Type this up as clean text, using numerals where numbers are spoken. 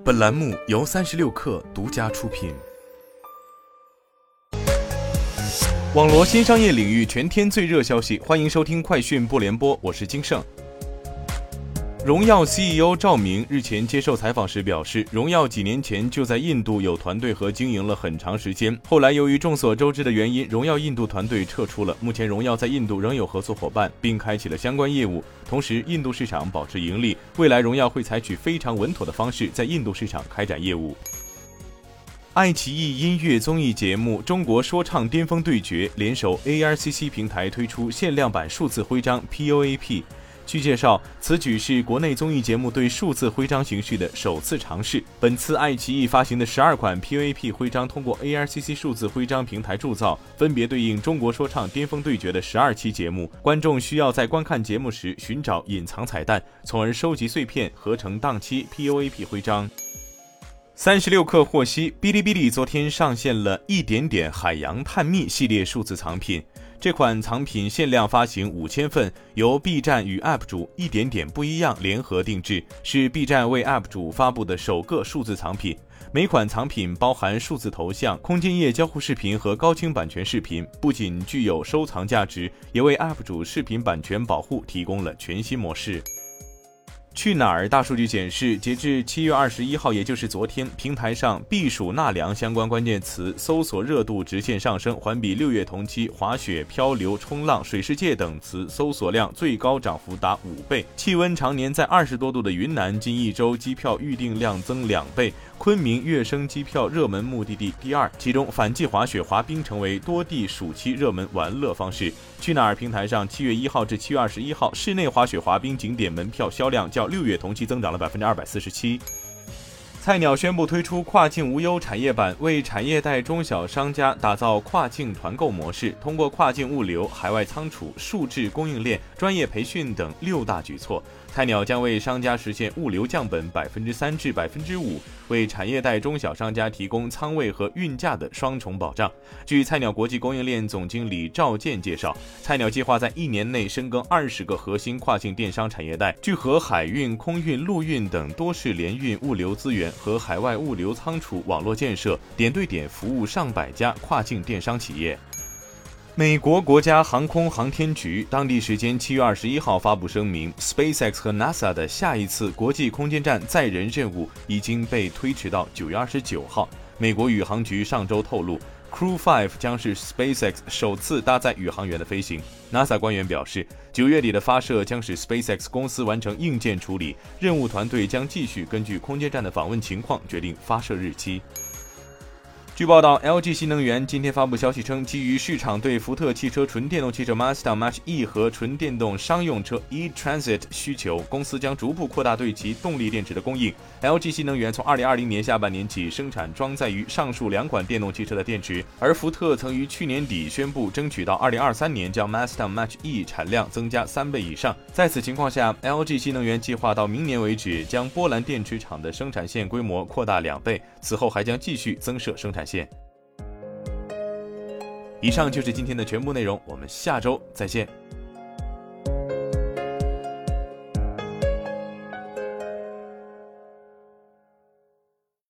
本栏目由36氪独家出品。网罗新商业领域全天最热消息，欢迎收听快讯不联播，我是金盛。荣耀 CEO 赵明日前接受采访时表示，荣耀几年前就在印度有团队和经营了很长时间，后来由于众所周知的原因，荣耀印度团队撤出了。目前荣耀在印度仍有合作伙伴，并开启了相关业务，同时印度市场保持盈利，未来荣耀会采取非常稳妥的方式在印度市场开展业务。爱奇艺音乐综艺节目《中国说唱巅峰对决》联手 ARCC 平台推出限量版数字徽章 POAP。据介绍，此举是国内综艺节目对数字徽章形式的首次尝试。本次爱奇艺发行的12款 POAP 徽章通过 ARCC 数字徽章平台铸造，分别对应中国说唱巅峰对决的12期节目。观众需要在观看节目时寻找隐藏彩蛋，从而收集碎片合成当期 POAP 徽章。36氪获悉，哔哩哔哩昨天上线了一点点海洋探秘系列数字藏品。这款藏品限量发行5000份，由 B 站与 UP 主一点点不一样联合定制，是 B 站为 UP 主发布的首个数字藏品。每款藏品包含数字头像、空间页交互视频和高清版权视频，不仅具有收藏价值，也为 UP 主视频版权保护提供了全新模式。去哪儿大数据显示，截至7月21号，也就是昨天，平台上避暑纳凉相关关键词搜索热度直线上升，环比6月同期滑雪、漂流、冲浪、水世界等词搜索量最高涨幅达5倍。气温常年在20多度的云南，近一周机票预订量增2倍。昆明跃升机票热门目的地第2，其中反季滑雪滑冰成为多地暑期热门玩乐方式。去哪儿平台上7月1号至7月21号，室内滑雪滑冰景点门票销量较6月同期增长了247%。菜鸟宣布推出跨境无忧产业版，为产业带中小商家打造跨境团购模式，通过跨境物流、海外仓储、数字供应链、专业培训等6大举措，菜鸟将为商家实现物流降本3%至5%，为产业带中小商家提供仓位和运价的双重保障。据菜鸟国际供应链总经理赵健介绍，菜鸟计划在1年内深耕20个核心跨境电商产业带，聚合海运、空运、陆运等多式联运物流资源和海外物流仓储网络建设，点对点服务上百家跨境电商企业。美国国家航空航天局当地时间7月21号发布声明， SpaceX 和 NASA 的下一次国际空间站载人任务已经被推迟到9月29号。美国宇航局上周透露，Crew 5将是 SpaceX 首次搭载宇航员的飞行。NASA 官员表示，9月底的发射将使 SpaceX 公司完成硬件处理，任务团队将继续根据空间站的访问情况决定发射日期。据报道 ，LG 新能源今天发布消息称，基于市场对福特汽车纯电动汽车 Mustang Mach-E 和纯电动商用车 E-Transit 需求，公司将逐步扩大对其动力电池的供应。LG 新能源从2020年下半年起生产装载于上述2款电动汽车的电池，而福特曾于去年底宣布争取到2023年将 Mustang Mach-E 产量增加3倍以上。在此情况下 ，LG 新能源计划到明年为止将波兰电池厂的生产线规模扩大2倍，此后还将继续增设生产线。以上就是今天的全部内容，我们下周再见。